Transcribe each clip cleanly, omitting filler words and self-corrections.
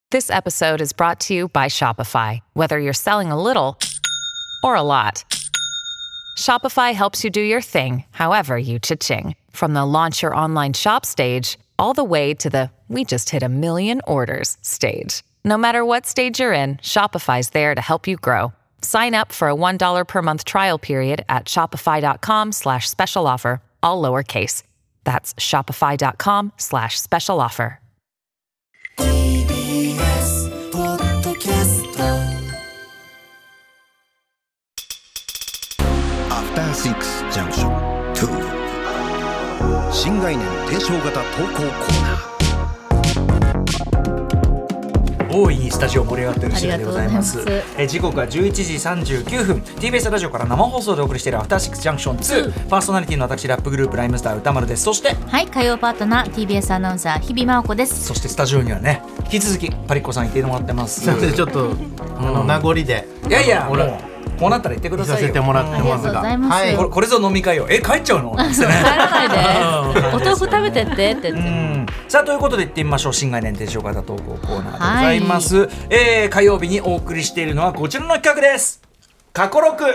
This episode is brought to you by Shopify. Whether you're selling a little or a lot, Shopify helps you do your thing, however you cha-ching. From the launch your online shop stage, all the way to the we just hit 1 million orders stage. No matter what stage you're in, Shopify's there to help you grow. Sign up for a $1 per month trial period at shopify.com/special offer, all lowercase. That's shopify.com/special offer. TBS ポッドキャストアフターシックスジャンクション2新概念提唱型投稿コーナー。 大いにスタジオ盛り上がっている次第でございます。時刻は11時39分 TBS ラジオから生放送でお送りしているアフターシックスジャンクション2、パーソナリティの私ラップグループライムスター歌丸です。そしてはい、火曜パートナー TBS アナウンサー日比真央子です。 そしてスタジオにはね、引き続きパリッコさんいてもらってます。 すいません、ちょっと名残でいやいや、こうなったら言ってくださいよ。 させてもらってますが、 はい、 これぞ飲み会よ。帰っちゃうの？帰らないでお豆腐食べてってって言って。 さあということで行ってみましょう。新概念提唱型投稿コーナーでございます。火曜日にお送りしているのはこちらの企画です。過去録。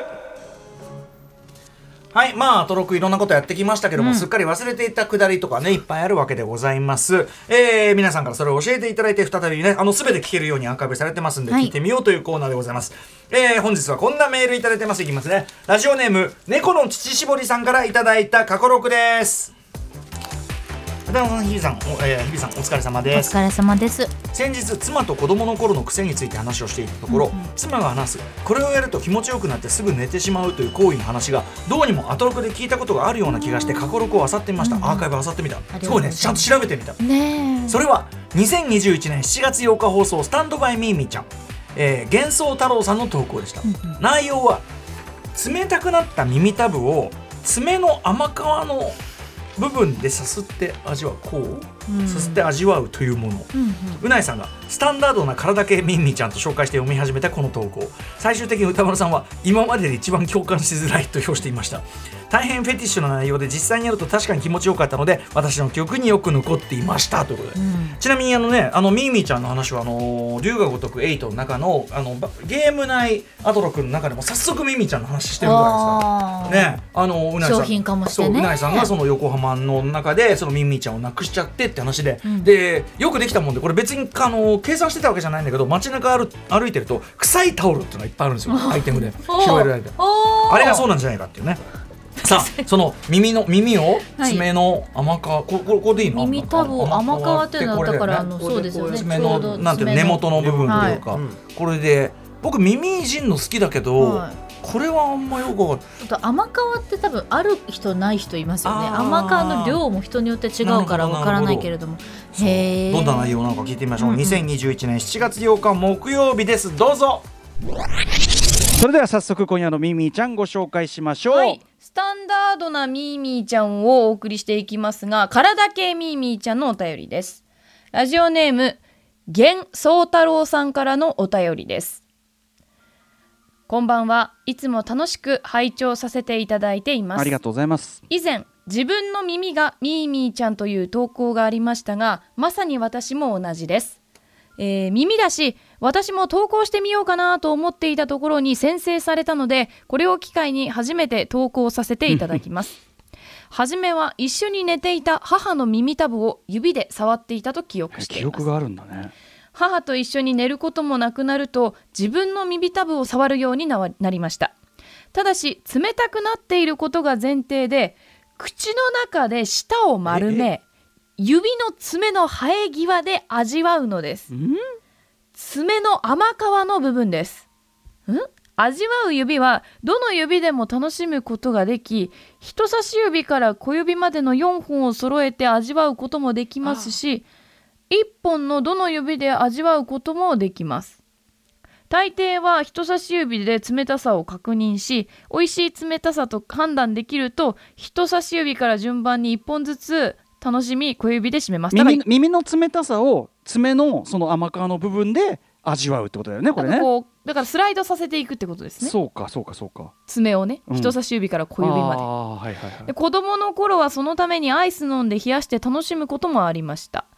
はい、まあアトロクいろんなことやってきましたけども、すっかり忘れていたくだりとかね、いっぱいあるわけでございます。皆さんからそれを教えていただいて、再びね、全て聞けるようにアーカイブされてますんで、聞いてみようというコーナーでございます。本日はこんなメールいただいてます。いきますね。ラジオネーム猫の乳搾りさんからいただいた過去録です。日比さん、お疲れ様です。 お疲れ様です。 先日妻と子供の頃の癖について話をしていたところ、妻が話すこれをやると気持ちよくなってすぐ寝てしまうという行為の話がどうにもアトロクで聞いたことがあるような気がして過去録を漁ってみました。アーカイブを漁ってみた。すごいね、ちゃんと調べてみた。それは2021年7月8日放送スタンドバイミーミーちゃん、幻想太郎さんの投稿でした。内容は冷たくなった耳たぶを爪の甘皮の部分でさすって味わう、さすって味わうというもの。うないさんがスタンダードな体系ミンミちゃんと紹介して読み始めたこの投稿、最終的に歌丸さんは今までで一番共感しづらいと評していました。大変フェティッシュな内容で実際にやると確かに気持ちよかったので私の記憶によく残っていましたということで、ちなみにミーミーちゃんの話は龍が如く8の中のゲーム内アトロクの中でも早速ミーミーちゃんの話してるぐらいですからね。うないさん、 商品化もしてね。 うないさんがその横浜の中でそのミーミーちゃんをなくしちゃってって話で、でよくできたもんで、これ別に計算してたわけじゃないんだけど、街中歩いてると臭いタオルっていうのがいっぱいあるんですよ。アイテムで拾えるアイテム、あれがそうなんじゃないかっていうね。さあ、その耳を爪の甘皮、これでいいの？ 耳たぶ甘皮っていうのはだからそうですよね。 爪のなんていうの、根元の部分というか、これで僕耳いじんの好きだけど、これはあんまよく分かんない。 甘皮って多分ある人ない人いますよね。甘皮の量も人によって違うから分からないけれども、 どんな内容なのか聞いてみましょう。2021年7月8日木曜日です。どうぞ。それでは早速今夜のミーミーちゃんご紹介しましょう。 スタンダードなミーミーちゃんをお送りしていきますが、体系ミーミーちゃんのお便りです。ラジオネーム幻宗太郎さんからのお便りです。こんばんは。いつも楽しく拝聴させていただいています。 ありがとうございます。 以前自分の耳がミーミーちゃんという投稿がありましたが、まさに私も同じです。耳だし私も投稿してみようかなと思っていたところに先制されたので、これを機会に初めて投稿させていただきますはじめは一緒に寝ていた母の耳たぶを指で触っていたと記憶しています。 記憶があるんだね。 母と一緒に寝ることもなくなると自分の耳たぶを触るようになりました。ただし冷たくなっていることが前提で、口の中で舌を丸め指の爪の生え際で味わうのです。爪の甘皮の部分です。味わう指はどの指でも楽しむことができ、人差し指から小指までの4本を揃えて味わうこともできますし、1本のどの指で味わうこともできます。大抵は人差し指で冷たさを確認し、美味しい冷たさと判断できると人差し指から順番に1本ずつ楽しみ小指で締めます。 耳の冷たさを爪のその甘皮の部分で味わうってことだよね、これね。 だからスライドさせていくってことですね。 そうか。 爪をね、人差し指から小指まで。で子供の頃はそのためにアイス飲んで冷やして楽しむこともありました。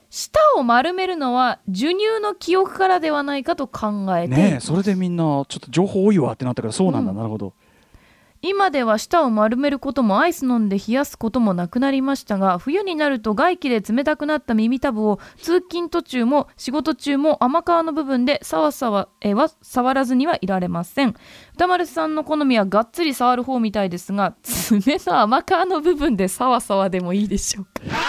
舌を丸めるのは授乳の記憶からではないかと考えて、 ねえ、それでみんなちょっと情報多いわってなったから、そうなんだ、なるほど。 今では舌を丸めることもアイス飲んで冷やすこともなくなりましたが、冬になると外気で冷たくなった耳たぶを通勤途中も仕事中も甘皮の部分でさわさわは触らずにはいられません。歌丸さんの好みはがっつり触る方みたいですが、爪の甘皮の部分でさわさわでもいいでしょう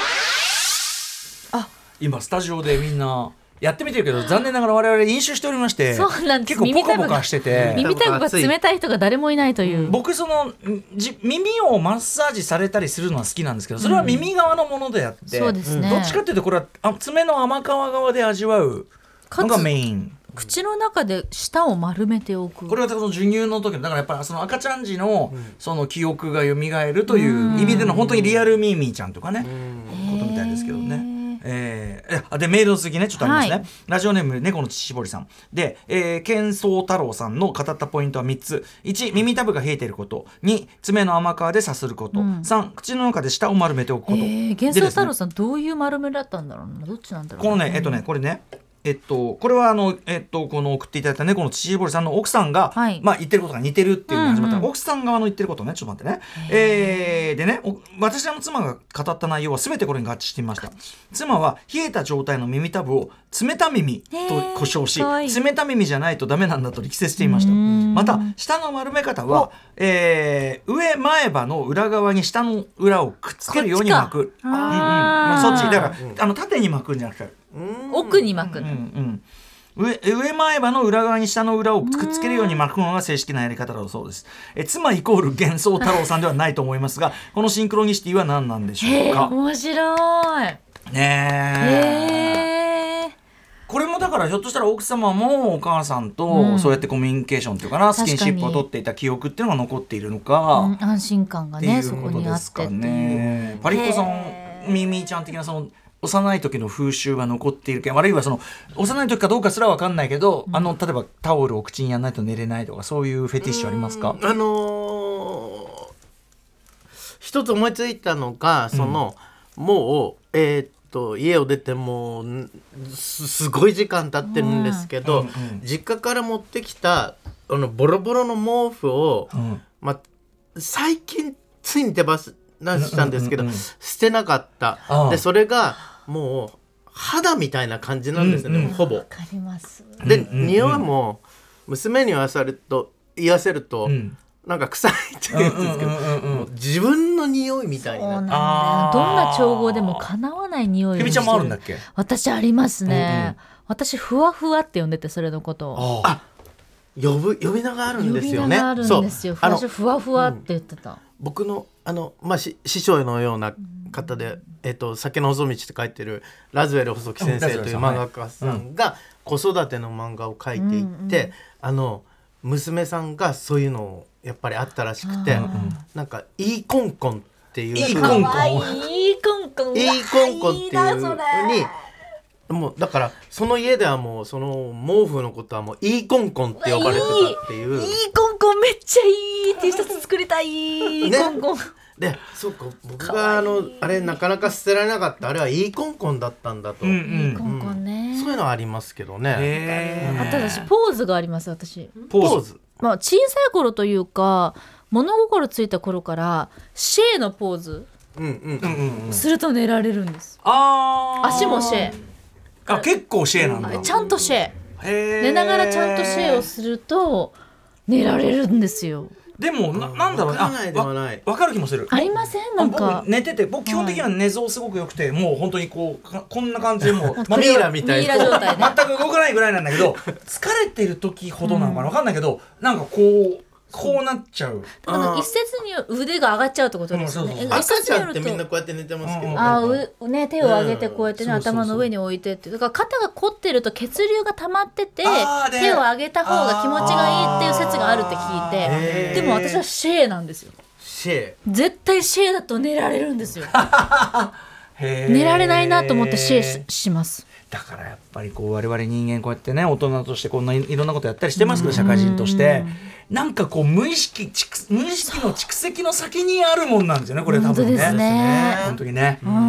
か。 今スタジオでみんなやってみてるけど、残念ながら我々飲酒しておりまして、 そうなんです。 結構ポカポカしてて、 耳たぶが冷たい人が誰もいないという。 僕耳をマッサージされたりするのは好きなんですけど、それは耳側のものであって、 そうですね、 どっちかっていうとこれは爪の甘皮側で味わうのがメイン。 口の中で舌を丸めておく。 これはその授乳の時のだからやっぱりその赤ちゃん児のその記憶が蘇るという意味での本当にリアルミーミーちゃんとかね、ことみたいですけどね。でメールの続きねちょっとありますね、はい、ラジオネーム猫の乳搾りさんで、健壮太郎さんの語ったポイントは3つ。1、耳たぶが冷えていること。2、爪の甘皮でさすること。3、口の中で舌を丸めておくこと。 健壮太郎さん、どういう丸めだったんだろうな、どっちなんだろう。 このねこれねこれはこの送っていただいた猫の乳搾りさんの奥さんが、はい、言ってることが似てるっていうのが始まった、奥さん側の言ってることね、ちょっと待ってね、でね、私の妻が語った内容は全てこれに合致していました。妻は冷えた状態の耳たぶを冷た耳と呼称し、冷た耳じゃないとダメなんだと力説していました。また舌の丸め方は、上前歯の裏側に下の裏をくっつけるように巻く。そっちだから縦に巻くんじゃなくて奥に巻く、 上前歯の裏側に下の裏をくっつけるように巻くのが正式なやり方だそうです。妻イコール幻想太郎さんではないと思いますが、このシンクロニシティは何なんでしょうか。 面白いね。これもだからひょっとしたら奥様もお母さんとそうやってコミュニケーションっていうかな、スキンシップを取っていた記憶っていうのが残っているのか、 安心感がねそこにあってっていう。 パリッコさんミミちゃん的なその幼い時の風習が残っているけど、あるいはその幼い時かどうかすら分かんないけど、例えばタオルを口にやらないと寝れないとか、そういうフェティッシュありますか。 一つ思いついたのが、もう家を出てもうすごい時間経ってるんですけど、実家から持ってきたボロボロの毛布を、最近ついに手放したんですけど、捨てなかった。でそれがもう肌みたいな感じなんですよね、ほぼ。わかります。 で、匂いも娘に言わせると、なんか臭いって言うんですけど、もう自分の匂いみたいになって。 そうなんだよ。どんな調合でもかなわない匂いをしてる。 ひびちゃんもあるんだっけ。 私ありますね、私ふわふわって呼んでて、それのことを呼び名があるんですよね。 呼び名があるんですよ。私ふわふわって言ってた。 僕の師匠のような方で、酒の細道って書いてるラズウェル細木先生という漫画家さんが子育ての漫画を書いていって、娘さんがそういうのをやっぱりあったらしくて、なんかいいコンコンっていういいコンコンっていう風に、もうだからその家ではもうその毛布のことはもういいコンコンって呼ばれてたっていう。 いいコンコンめっちゃいい T シャツ作りたい、コンコンで、そうか、僕があれなかなか捨てられなかった、あれはいいコンコンだったんだと、いいコンコンね、 そういうのはありますけどね。 あと私ポーズがあります。私ポーズ、 小さい頃というか物心ついた頃からシェーのポーズすると寝られるんです。足もシェー、 結構シェーなんだ。 ちゃんとシェー、寝ながらちゃんとシェーをすると寝られるんですよ。 でもなんだろうね、分かる気もする。 ありません？なんか僕寝てて、僕基本的には寝相すごく良くて、もう本当にこんな感じでもうミイラみたいな状態で全く動かないぐらいなんだけど、疲れてる時ほどなのかな、分かんないけど、なんかこうなっちゃう。 一説に腕が上がっちゃうってことですね。 赤ちゃんってみんなこうやって寝てますけど、 手を上げてこうやってね、頭の上に置いてって、だから肩が凝ってると血流が溜まってて、手を上げた方が気持ちがいいっていう説があるって聞いて、でも私はシェーなんですよ。 シェー、 絶対シェーだと寝られるんですよ。寝られないなと思ってシェーします。 だからやっぱり我々人間こうやってね、大人としてこんないろんなことやったりしてますけど、社会人としてなんか無意識の蓄積の先にあるもんなんですよね、これ多分ね。 本当ですね。 本当にね。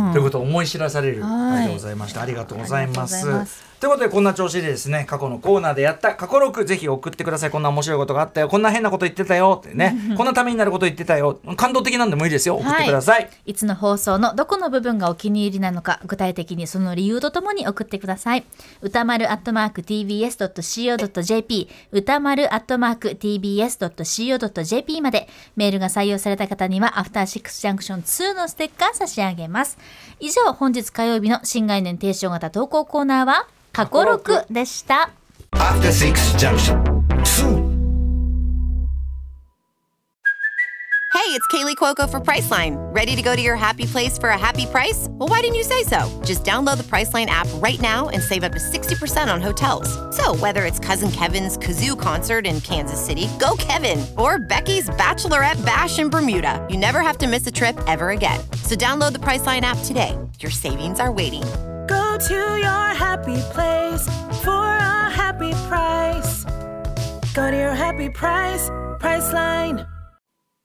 ということを思い知らされる回でございました。ありがとうございます。ということでこんな調子でですね、過去のコーナーでやった過去録ぜひ送ってください。こんな面白いことがあったよ、こんな変なこと言ってたよってねこんなためになること言ってたよ、感動的なんでもいいですよ、送ってください。 いつの放送のどこの部分がお気に入りなのか、具体的にその理由とともに送ってください。歌丸@tbs.co.jp 歌丸@tbs.co.jp まで。メールが採用された方にはアフターシックスジャンクション2のステッカー差し上げます。以上、本日火曜日の新概念提唱型投稿コーナーは過去録でした。 After 6 junction 2. Hey, it's Kaylee Cuoco for Priceline. Ready to go to your happy place for a happy price? Well, why didn't you say so? Just download the Priceline app right now and save up to 60% on hotels. So whether it's Cousin Kevin's Kazoo Concert in Kansas City, go Kevin, or Becky's Bachelorette Bash in Bermuda, you never have to miss a trip ever again. So download the Priceline app today. Your savings are waiting. Go to your happy place for a happy price. Go to your happy price, Priceline.